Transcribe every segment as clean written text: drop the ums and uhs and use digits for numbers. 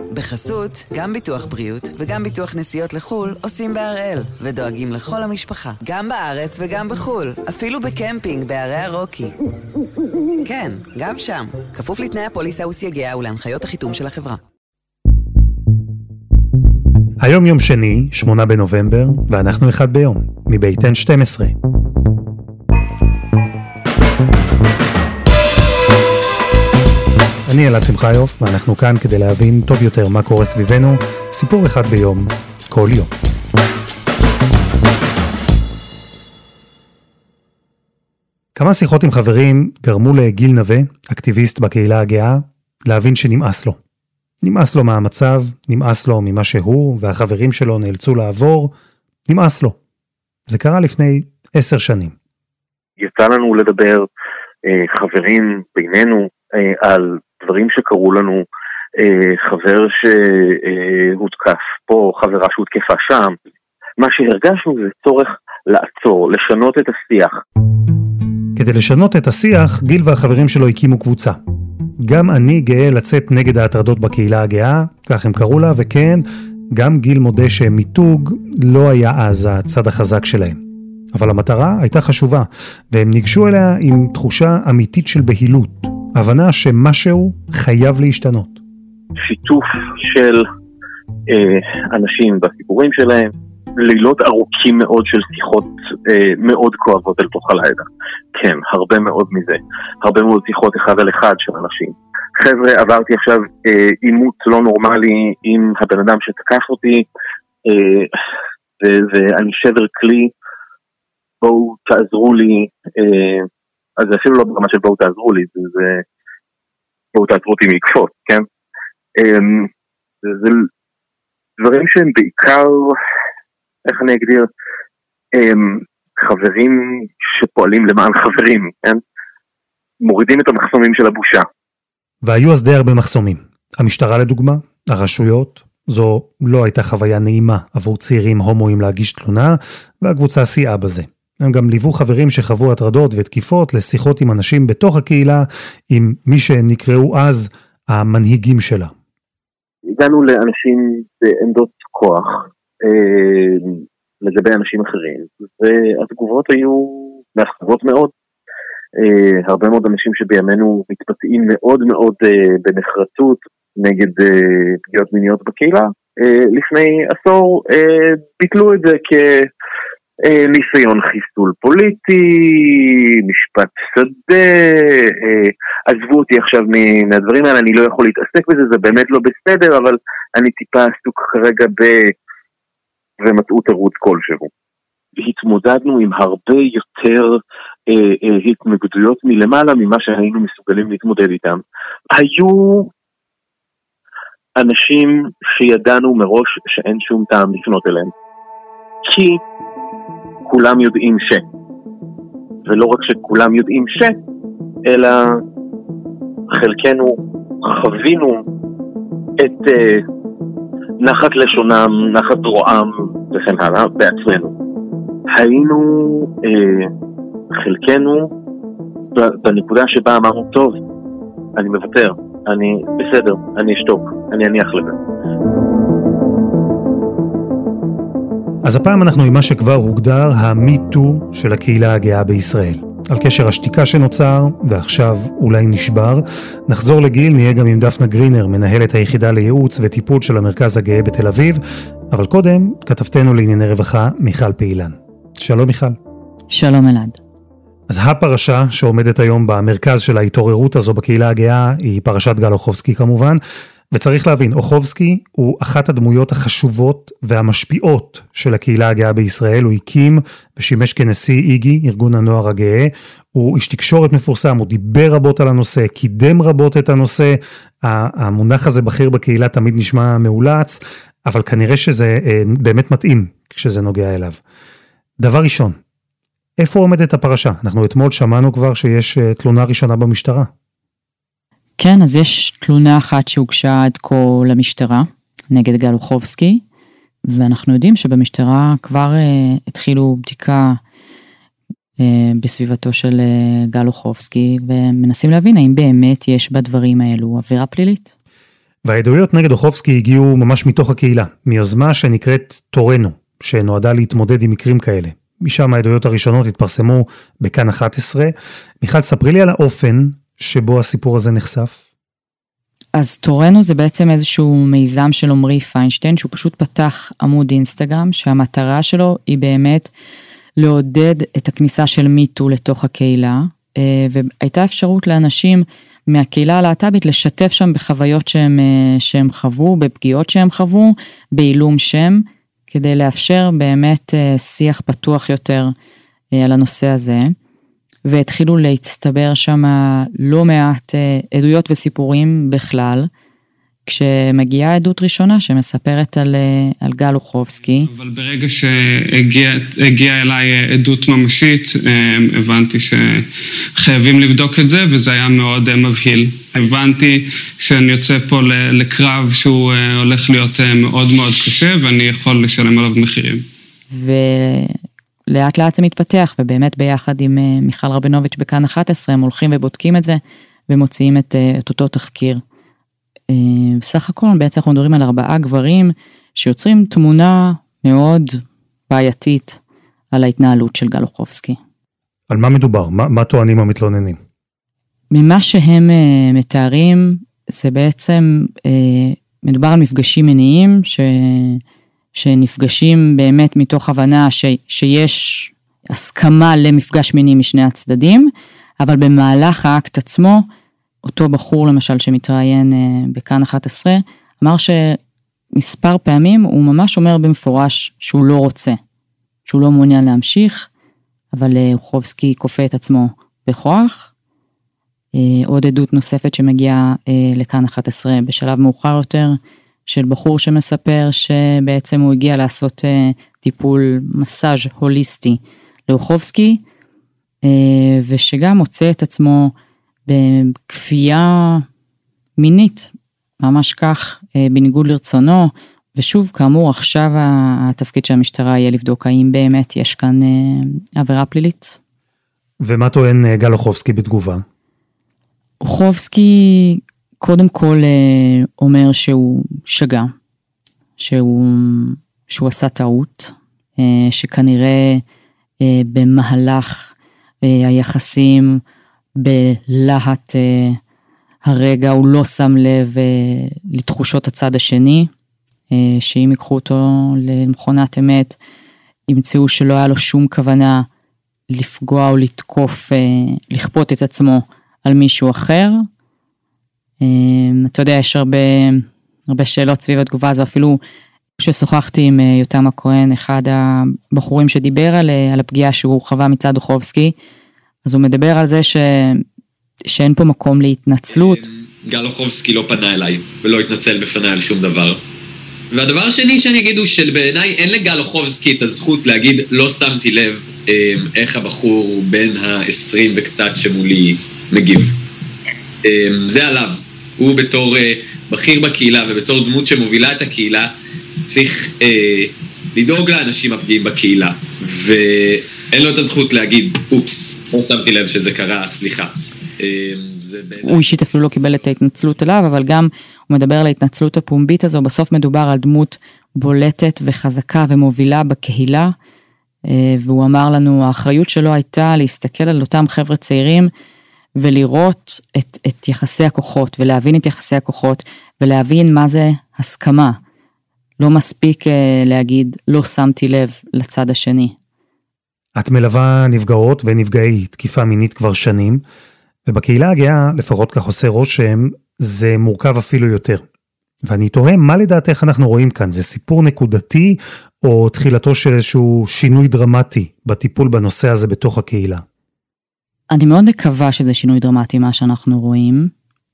בחסות, גם ביטוח בריאות וגם ביטוח נסיעות לחול עושים בהראל, ודואגים לכל המשפחה, גם בארץ וגם בחול, אפילו בקמפינג בערי הרוקי. כן, גם שם, כפוף לתנאי הפוליסה וסייגיה ולהנחיות החיתום של החברה. היום יום שני, 8 בנובמבר, ואנחנו אחד ביום, מבית N12. אני אלעד שמחיוף, ואנחנו כאן כדי להבין טוב יותר מה קורה סביבנו, סיפור אחד ביום, כל יום. כמה שיחות עם חברים גרמו לגיל נווה, אקטיביסט בקהילה הגאה, להבין שנמאס לו. נמאס לו מהמצב, נמאס לו ממה שהוא, והחברים שלו נאלצו לעבור, נמאס לו. זה קרה לפני 10 שנים. יצא לנו לדבר, חברים בינינו, על דברים שקרו לנו, חבר שהותקף פה, חברה שהותקפה שם. מה שהרגשנו זה צורך לעצור, לשנות את השיח. כדי לשנות את השיח, גיל והחברים שלו הקימו קבוצה. גם אני גאה לצאת נגד ההטרדות בקהילה הגאה, כך הם קראו לה, וכן, גם גיל מודה שמיתוג לא היה אז הצד החזק שלהם. אבל המטרה הייתה חשובה, והם ניגשו אליה עם תחושה אמיתית של בהילות, הבנה שמשהו חייב להשתנות. שיתוף של אנשים בסיפורים שלהם, לילות ארוכים מאוד של שיחות מאוד כואבות אל תוך הלילה. כן, הרבה מאוד מזה. הרבה מאוד שיחות אחד על אחד של אנשים. חבר'ה, עברתי עכשיו אימות לא נורמלי עם הבן אדם שתקף אותי, ואני שבר כלי, בואו תעזרו לי, אז זה אפילו לא ברמה של בואו תעזרו לי, זה בואו תעזרו אותי מקפות, כן? זה דברים שהם בעיקר, איך אני אגדיר, חברים שפועלים למען חברים, כן? מורידים את המחסומים של הבושה. והיו אז די הרבה מחסומים. המשטרה לדוגמה, הרשויות, זו לא הייתה חוויה נעימה עבור צעירים הומואים להגיש תלונה, והקבוצה סייעה בזה. הם גם ליוו חברים שחוו הטרדות ותקיפות לשיחות עם אנשים בתוך הקהילה, עם מי שנקראו אז המנהיגים שלה. הגענו לאנשים בעמדות כוח, לגבי אנשים אחרים, והתגובות היו מאכזבות מאוד. הרבה מאוד אנשים שבימינו מתבטאים מאוד מאוד בנחרצות נגד פגיעות מיניות בקהילה, לפני עשור ביטלו את זה כניסיון חיסול פוליטי, משפט שדה, עזבו אותי עכשיו מהדברים האלה, אני לא יכול להתעסק בזה, זה באמת לא בסדר, אבל אני טיפה עסוק כרגע ומצאו תירוץ כלשהו. התמודדנו עם הרבה יותר התנגדויות מלמעלה ממה שהיינו מסוגלים להתמודד איתם. היו אנשים שידענו מראש שאין שום טעם לפנות אליהם. כי כולם יודעים ולא רק שכולם יודעים אלא חלקנו חווינו את נחת לשונם, נחת רועם וכן הלאה בעצמנו. היינו חלקנו בנקודה שבה אמרנו, טוב, אני מוותר, אני בסדר, אני אשתוק, אני אניח לזה. אז הפעם אנחנו עם מה שכבר הוגדר המיטו של הקהילה הגאה בישראל. על קשר השתיקה שנוצר, ועכשיו אולי נשבר. נחזור לגיל, נהיה גם עם דפנה גרינר, מנהלת היחידה לייעוץ וטיפול של המרכז הגאה בתל אביב, אבל קודם כתבתנו לענייני רווחה מיכל פעילן. שלום מיכל. שלום אלעד. אז הפרשה שעומדת היום במרכז של ההתעוררות הזו בקהילה הגאה היא פרשת גל אוחובסקי כמובן, וצריך להבין, אוחובסקי הוא אחת הדמויות החשובות והמשפיעות של הקהילה הגאה בישראל. הוא הקים ושימש כנשיא איגי, ארגון הנוער הגאה. הוא איש תקשורת מפורסם, הוא דיבר רבות על הנושא, קידם רבות את הנושא. המונח הזה בכיר בקהילה תמיד נשמע מאולץ, אבל כנראה שזה באמת מתאים כשזה נוגע אליו. דבר ראשון, איפה עומדת הפרשה? אנחנו אתמול שמענו כבר שיש תלונה ראשונה במשטרה. כן, אז יש תלונה אחת שהוגשה עד כה למשטרה, נגד גל אוחובסקי, ואנחנו יודעים שבמשטרה כבר התחילו בדיקה בסביבתו של גל אוחובסקי, ומנסים להבין האם באמת יש בדברים האלו עבירה פלילית. והעדויות נגד אוחובסקי הגיעו ממש מתוך הקהילה, מיוזמה שנקראת תורנו, שנועדה להתמודד עם מקרים כאלה. משם העדויות הראשונות התפרסמו בכאן 11. מיכל, ספרי לי על האופן שבו הסיפור הזה נחשף. אז תורנו זה בעצם איזשהו מיזם של עומרי פיינשטיין, שהוא פשוט פתח עמוד אינסטגרם, שהמטרה שלו היא באמת לעודד את הכניסה של מיטו לתוך הקהילה, והייתה אפשרות לאנשים מהקהילה הלהט"בית לשתף שם בחוויות שהם חוו, בפגיעות שהם חוו, בעילום שם, כדי לאפשר באמת שיח פתוח יותר על הנושא הזה, והתחילו להצטבר שם לא מעט עדויות וסיפורים בכלל, כשמגיעה עדות ראשונה שמספרת על גל אוחובסקי. אבל ברגע שהגיעה אליי עדות ממשית, הבנתי שחייבים לבדוק את זה, וזה היה מאוד מבהיל. הבנתי שאני יוצא פה לקרב שהוא הולך להיות מאוד מאוד קשה, ואני יכול לשלם עליו מחירים. ולאט לאט זה מתפתח, ובאמת ביחד עם מיכל רבינוביץ' בכאן 11, הם הולכים ובודקים את זה, ומוציאים את אותו תחקיר. בסך הכל בעצם אנחנו מדברים על 4 גברים שיוצרים תמונה מאוד בעייתית על ההתנהלות של גל אוחובסקי. על מה מדובר? מה טוענים המתלוננים? ממה שהם מתארים זה בעצם מדובר על מפגשים מיניים שנפגשים באמת מתוך הבנה שיש הסכמה למפגש מיני משני הצדדים, אבל במהלך האקט עצמו אותו בחור למשל שמתראיין בכאן 11, אמר שמספר פעמים הוא ממש אומר במפורש שהוא לא רוצה, שהוא לא מעוניין להמשיך, אבל אוחובסקי כופה את עצמו בכוח. עוד עדות נוספת שמגיעה לכאן 11 בשלב מאוחר יותר, של בחור שמספר שבעצם הוא הגיע לעשות טיפול מסאז' הוליסטי לאוחובסקי, ושגם מוצא את עצמו בכפייה מינית, ממש כך, בניגוד לרצונו, ושוב, כאמור, עכשיו התפקיד של המשטרה יהיה לבדוק האם באמת יש כאן עבירה פלילית. ומה טוען גל אוחובסקי בתגובה? אוחובסקי קודם כל אומר שהוא שגה, שהוא עשה טעות, שכנראה במהלך היחסים, בלהט הרגע הוא לא שם לב לתחושות הצד השני, שאם ייקחו אותו למכונת אמת, ימצאו שלא היה לו שום כוונה לפגוע או לתקוף, לכפות את עצמו על מישהו אחר. אתה יודע, יש הרבה שאלות סביב התגובה הזו, אפילו ששוחחתי עם יותם הכהן, אחד הבחורים שדיבר על הפגיעה שהוא חווה מצד אוחובסקי, אז הוא מדבר על זה שאין פה מקום להתנצלות. גל אוחובסקי לא פנה אליי, ולא התנצל בפני על שום דבר. והדבר השני שאני אגיד הוא שבעיניי אין לגל אוחובסקי את הזכות להגיד, לא שמתי לב איך הבחור בין ה-20 וקצת שמולי מגיב. זה עליו. הוא בתור בכיר בקהילה ובתור דמות שמובילה את הקהילה, צריך לדאוג לאנשים הפגיעים בקהילה. אין לו את הזכות להגיד, אופס, לא שמתי לב שזה קרה, סליחה. הוא אישית אפילו לא קיבל את ההתנצלות עליו, אבל גם הוא מדבר על ההתנצלות הפומבית הזו, בסוף מדובר על דמות בולטת וחזקה ומובילה בקהילה, והוא אמר לנו, האחריות שלו הייתה להסתכל על אותם חבר'ה צעירים, ולראות את יחסי הכוחות, ולהבין את יחסי הכוחות, ולהבין מה זה הסכמה. לא מספיק להגיד, לא שמתי לב לצד השני. את מלווה נפגעות ונפגעי תקיפה מינית כבר שנים, ובקהילה הגאה, לפחות כך עושה רושם, זה מורכב אפילו יותר. ואני תוהה, מה לדעתך אנחנו רואים כאן? זה סיפור נקודתי, או תחילתו של איזשהו שינוי דרמטי בטיפול בנושא הזה בתוך הקהילה? אני מאוד מקווה שזה שינוי דרמטי מה שאנחנו רואים.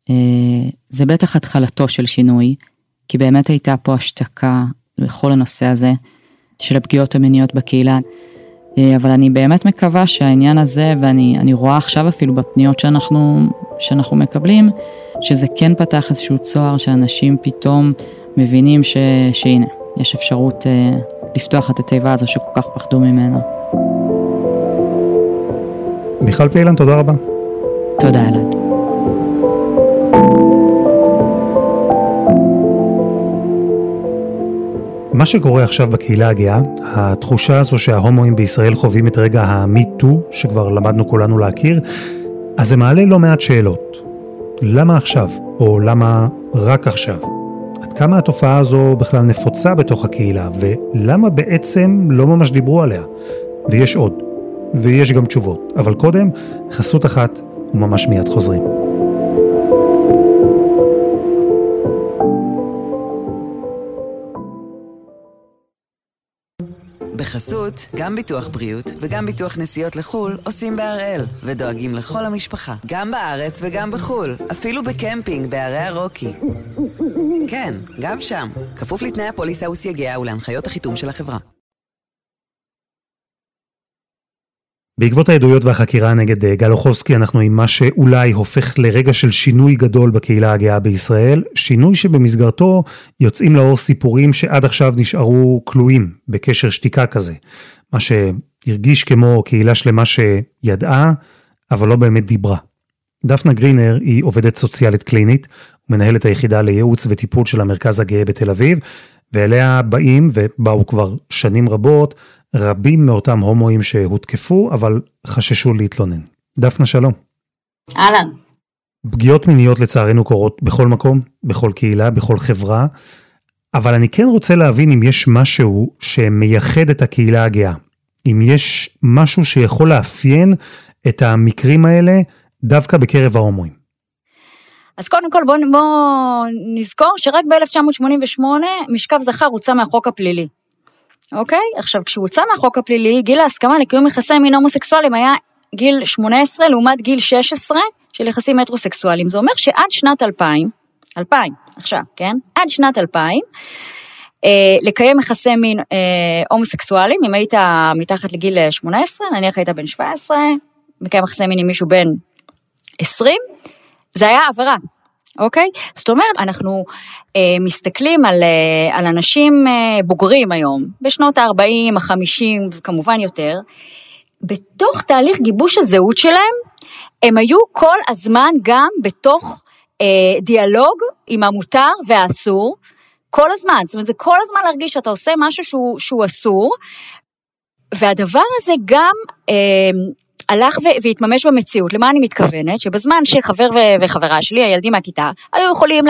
זה בטח התחלתו של שינוי, כי באמת הייתה פה השתקה לכל הנושא הזה, של הפגיעות המיניות בקהילה. אבל אני באמת מקווה שהעניין הזה, ואני רואה עכשיו אפילו בפניות שאנחנו מקבלים, שזה כן פתח איזשהו צוהר, שאנשים פתאום מבינים שהנה, יש אפשרות לפתוח את התיבה הזו שכל כך פחדו ממנו. מיכל פעילן, תודה רבה. תודה אלעד. מה שקורה עכשיו בקהילה הגאה, התחושה הזו שההומואים בישראל חווים את רגע ה-Me Too, שכבר למדנו כולנו להכיר, אז זה מעלה לא מעט שאלות. למה עכשיו? או למה רק עכשיו? עד כמה התופעה הזו בכלל נפוצה בתוך הקהילה, ולמה בעצם לא ממש דיברו עליה? ויש עוד, ויש גם תשובות. אבל קודם, חסות אחת, וממש מיד חוזרים. בחסות, גם ביטוח בריאות וגם ביטוח נסיעות לחול עושים בהראל, ודואגים לכל המשפחה, גם בארץ וגם בחול, אפילו בקמפינג בערי הרוקי. כן, גם שם, כפוף לתנאי הפוליסה וסייגיה ולהנחיות החיתום של החברה. בעקבות העדויות והחקירה נגד גל אוחובסקי, אנחנו עם מה שאולי הופך לרגע של שינוי גדול בקהילה הגאה בישראל, שינוי שבמסגרתו יוצאים לאור סיפורים שעד עכשיו נשארו כלואים בקשר שתיקה כזה, מה שהרגיש כמו קהילה שלמה שידעה, אבל לא באמת דיברה. דפנה גרינר היא עובדת סוציאלית קלינית, ומנהלת היחידה לייעוץ וטיפול של המרכז הגאה בתל אביב, ואליה באים, ובאו כבר שנים רבות, רבים מאותם הומואים שהותקפו, אבל חששו להתלונן. דפנה, שלום. אהלן. פגיעות מיניות לצערנו קורות בכל מקום, בכל קהילה, בכל חברה, אבל אני כן רוצה להבין אם יש משהו שמייחד את הקהילה הגאה. אם יש משהו שיכול לאפיין את המקרים האלה דווקא בקרב ההומואים. אז קודם כל בוא נזכור שרק ב-1988 משכב זכר הוצא מהחוק הפלילי. אוקיי? עכשיו, כשהוא הוצא מהחוק הפלילי, גיל ההסכמה לקיום יחסי מין הומוסקסואלים היה גיל 18 לעומת גיל 16 של יחסים הטרוסקסואליים. זה אומר שעד שנת 2000, עכשיו, כן? עד שנת 2000, לקיים יחסי מין הומוסקסואליים, אם היית מתחת לגיל 18, נניח היית בן 17, מקיים יחסי מין עם מישהו בן 20, זה היה עבירה. אוקיי? זאת אומרת, אנחנו מסתכלים על אנשים בוגרים היום, בשנות ה-40, ה-50, וכמובן יותר, בתוך תהליך גיבוש הזהות שלהם, הם היו כל הזמן גם בתוך דיאלוג עם המותר והאסור, כל הזמן, זאת אומרת, זה כל הזמן להרגיש שאתה עושה משהו שהוא אסור, והדבר הזה גם הלך והתממש במציאות. למה אני מתכוונת? שבזמן שחבר וחברה שלי, הילדים מהכיתה, היו יכולים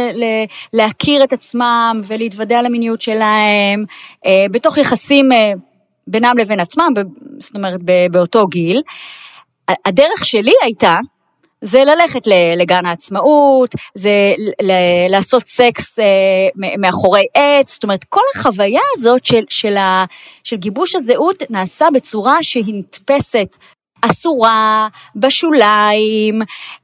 להכיר את עצמם ולהתוודע על המיניות שלהם, בתוך יחסים בינם לבין עצמם, זאת אומרת באותו גיל. הדרך שלי הייתה, זה ללכת לגן העצמאות, זה לעשות סקס מאחורי עץ, זאת אומרת, כל החוויה הזאת של גיבוש הזהות נעשה בצורה שהיא נתפסת אסורה, בשוליים,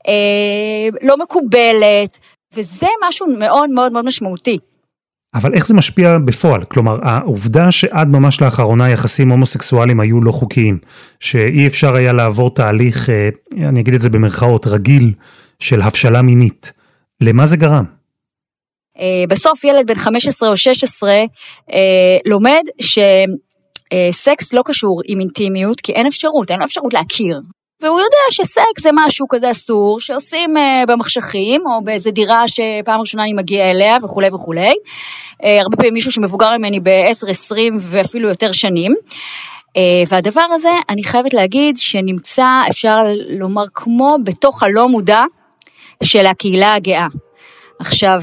לא מקובלת, וזה משהו מאוד מאוד מאוד משמעותי. אבל איך זה משפיע בפועל? כלומר, העובדה שעד ממש לאחרונה יחסים הומוסקסואליים היו לא חוקיים, שאי אפשר היה לעבור תהליך, אני אגיד את זה במרכאות, רגיל של הבשלה מינית. למה זה גרם? בסוף ילד בן 15 או 16 לומד סקס לא קשור עם אינטימיות, כי אין אפשרות להכיר. והוא יודע שסקס זה משהו כזה אסור, שעושים במחשכים, או באיזה דירה שפעם ראשונה אני מגיע אליה, וכו' וכו'. הרבה פעמים מישהו שמבוגר ממני ב-10, 20 ואפילו יותר שנים. והדבר הזה, אני חייבת להגיד, שנמצא, אפשר לומר, כמו בתוך הלא מודע של הקהילה הגאה. עכשיו,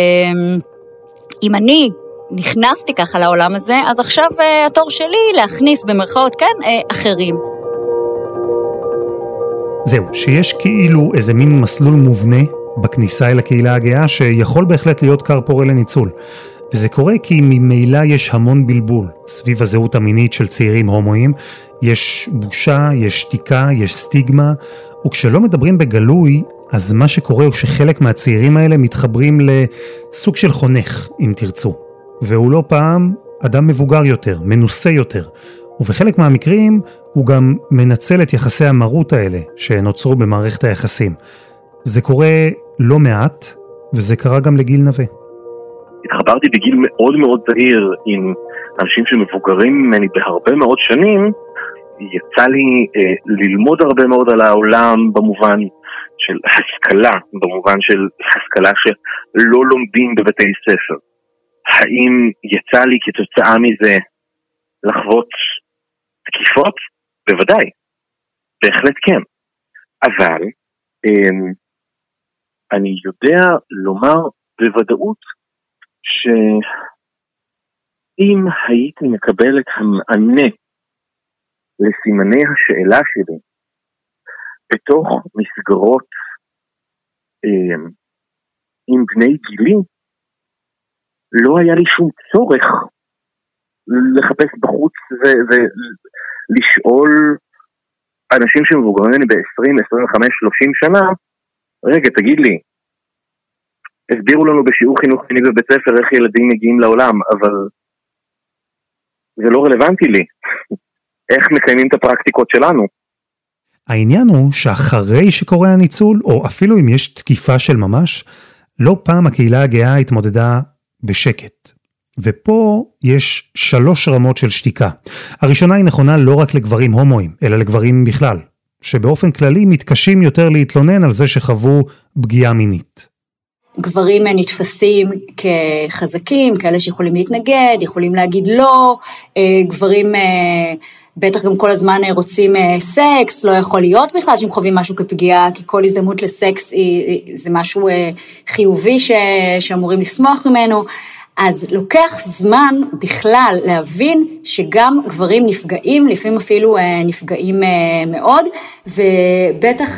אם אני נכנסתי ככה לעולם הזה, אז עכשיו התור שלי להכניס במרכאות, כן, אחרים. זהו, שיש כאילו איזה מין מסלול מובנה בכניסה אל הקהילה הגאה, שיכול בהחלט להיות קר פורה לניצול. וזה קורה כי ממילא יש המון בלבול סביב הזהות המינית של צעירים הומואים, יש בושה, יש שתיקה, יש סטיגמה, וכשלא מדברים בגלוי, אז מה שקורה הוא שחלק מהצעירים האלה מתחברים לסוג של חונך, אם תרצו. והוא לא פעם אדם מבוגר יותר, מנוסה יותר, ובחלק מהמקרים הוא גם מנצל את יחסי המרות האלה שנוצרו במערכת היחסים. זה קורה לא מעט, וזה קרה גם לגיל נווה. התחברתי בגיל מאוד מאוד צעיר עם אנשים שמבוגרים ממני בהרבה מאוד שנים, יצא לי ללמוד הרבה מאוד על העולם במובן של השכלה, במובן של השכלה שלא לומדים בבתי ספר. האם יצא לי כתוצאה מזה לחוות תקיפות? בוודאי, בהחלט כן. אבל אני יודע לומר בוודאות שאם הייתי מקבל את המענה לסימני השאלה שלי בתוך מסגרות עם בני גילי, לא היה לי שום צורך לחפש בחוץ ולשאול אנשים שמבוגרים ממני ב-20, 25, 30 שנה, רגע, תגיד לי, הסבירו לנו בשיעור חינוך מיני בבית ספר איך ילדים מגיעים לעולם, אבל זה לא רלוונטי לי. איך מקיימים את הפרקטיקות שלנו? העניין הוא שאחרי שקורה הניצול, או אפילו אם יש תקיפה של ממש, לא פעם הקהילה הגאה התמודדה בשקט. ופה יש 3 רמות של שתיקה. הראשונה היא נכונה לא רק לגברים הומואים, אלא לגברים בכלל, שבאופן כללי מתקשים יותר להתלונן על זה שחוו פגיעה מינית. גברים נתפסים כחזקים, כאלה שיכולים להתנגד, יכולים להגיד לא, גברים בטח גם כל הזמן רוצים סקס, לא יכול להיות בכלל שהם חווים משהו כפגיעה, כי כל הזדמנות לסקס זה משהו חיובי שאמורים לשמוח ממנו, אז לוקח זמן בכלל להבין שגם גברים נפגעים, לפעמים אפילו נפגעים מאוד, ובטח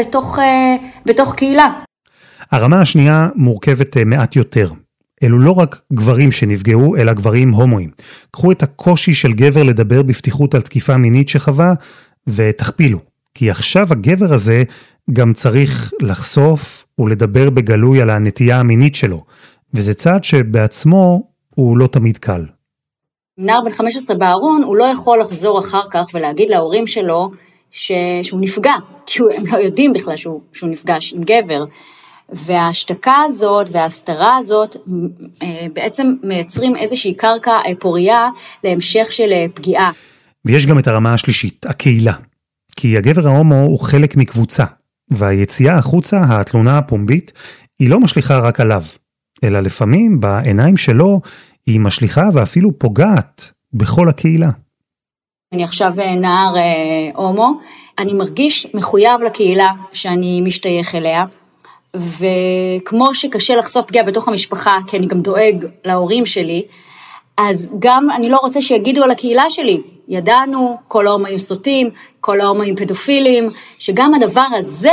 בתוך קהילה. הרמה השנייה מורכבת מעט יותר. אלו לא רק גברים שנפגעו, אלא גברים הומואים. קחו את הקושי של גבר לדבר בפתיחות על תקיפה מינית שחווה, ותכפילו. כי עכשיו הגבר הזה גם צריך לחשוף ולדבר בגלוי על הנטייה המינית שלו. וזה צעד שבעצמו הוא לא תמיד קל. נער בן 15 בארון, הוא לא יכול לחזור אחר כך ולהגיד להורים שלו שהוא נפגע, כי הם לא יודעים בכלל שהוא נפגש עם גבר. וההשתקה הזאת וההסתרה הזאת בעצם מייצרים איזושהי קרקע פוריה להמשך של פגיעה. ויש גם את הרמה השלישית, הקהילה. כי הגבר ההומו הוא חלק מקבוצה, והיציאה החוצה, התלונה הפומבית, היא לא משליכה רק עליו, אלא לפעמים בעיניים שלו היא משליכה ואפילו פוגעת בכל הקהילה. אני עכשיו נער הומו, אני מרגיש מחויב לקהילה שאני משתייך אליה, וכמו שקשה לחשוף פגיעה בתוך המשפחה, כי אני גם דואג להורים שלי, אז גם אני לא רוצה שיגידו על הקהילה שלי, ידענו, כל ההומואים סוטים, כל ההומואים פדופילים, שגם הדבר הזה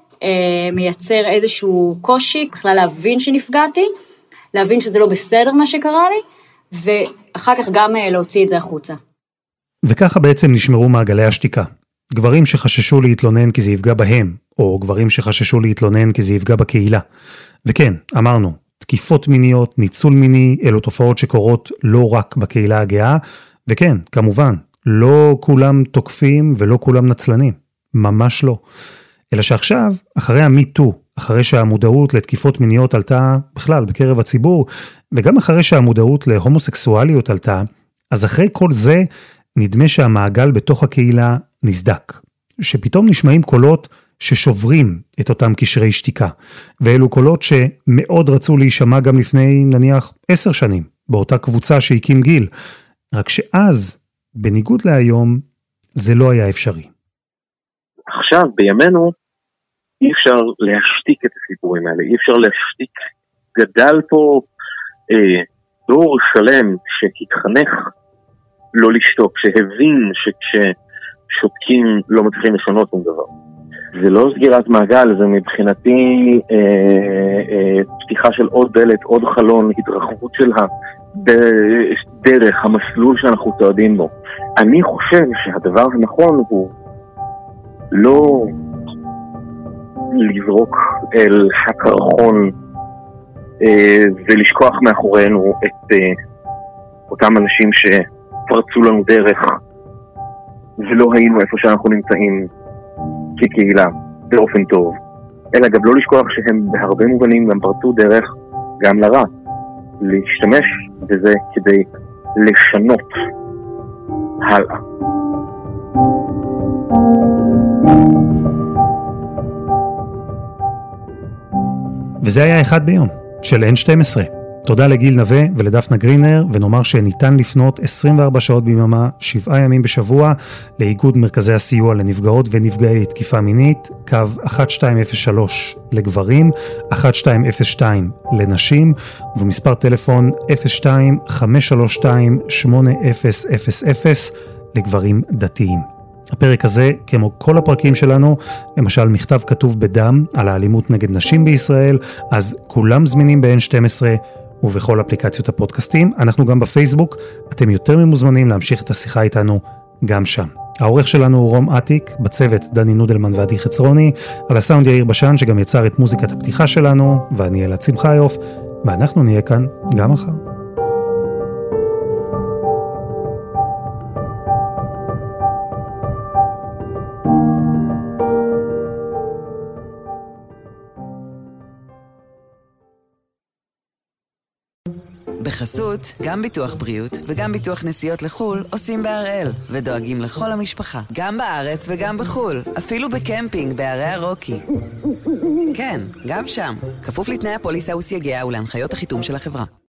מייצר איזשהו קושי, בכלל להבין שנפגעתי, להבין שזה לא בסדר מה שקרה לי, ואחר כך גם להוציא את זה החוצה. וככה בעצם נשמרו מעגלי השתיקה. גברים שחששו להתלונן כי זה יפגע בהם, או גברים שחששו להתלונן כי זה יפגע בקהילה. וכן, אמרנו, תקיפות מיניות, ניצול מיני, אלו תופעות שקורות לא רק בקהילה הגאה, וכן, כמובן, לא כולם תוקפים ולא כולם נצלנים. ממש לא. אלא שעכשיו, אחרי המיטו, אחרי שהמודעות לתקיפות מיניות עלתה בכלל בקרב הציבור, וגם אחרי שהמודעות להומוסקסואליות עלתה, אז אחרי כל זה נדמה שהמעגל בתוך הקהילה נסדק. שפתאום נשמעים קולות ששוברים את אותם קשרי שתיקה. ואלו קולות שמאוד רצו להישמע גם לפני נניח 10 שנים, באותה קבוצה שהקים גיל. רק שאז, בניגוד להיום, זה לא היה אפשרי. עכשיו, בימינו, אי אפשר להשתיק את הסיפורים האלה, אי אפשר להשתיק. גדל פה דור שלם שהתחנך לא לשתוק, שהבין שכששותקים לא מצליחים לשנות שום דבר. זה לא סגירת מעגל, זה מבחינתי פתיחה של עוד דלת, עוד חלון, התרחבות של הדרך, המסלול שאנחנו צועדים בו. אני חושב שהדבר הנכון הוא לא לזרוק אל הקרחון ולשכוח מאחורינו את אותם אנשים שפרצו לנו דרך ולא היינו איפה שאנחנו נמצאים כקהילה באופן טוב, אלא גם לא לשכוח שהם בהרבה מובנים גם פרצו דרך גם לרע, להשתמש בזה כדי לשנות הלאה. וזה היה אחד ביום, של N12. תודה לגיל נווה ולדפנה גרינר, ונאמר שניתן לפנות 24 שעות ביממה, 7 ימים בשבוע, לאיגוד מרכזי הסיוע לנפגעות ונפגעי תקיפה מינית, קו 1203 לגברים, 1202 לנשים, ובמספר טלפון 02-532-8000 לגברים דתיים. הפרק הזה, כמו כל הפרקים שלנו, למשל מכתב כתוב בדם על האלימות נגד נשים בישראל, אז כולם זמינים ב-N12 ובכל אפליקציות הפודקאסטים. אנחנו גם בפייסבוק, אתם יותר ממוזמנים להמשיך את השיחה איתנו גם שם. העורך שלנו הוא רום עתיק, בצוות דני נודלמן ועדי חצרוני, על הסאונד יאיר בשן שגם יצר את מוזיקת הפתיחה שלנו, ואני אלעד שמחיוף, ואנחנו נהיה כאן גם מחר. בחסות, גם ביטוח בריאות וגם ביטוח נסיעות לחול עושים בהראל, ודואגים לכל המשפחה, גם בארץ וגם בחול, אפילו בקמפינג בערי הרוקי. כן, גם שם, כפוף לתנאי הפוליסה וסייגיה ולהנחיות החיתום של החברה.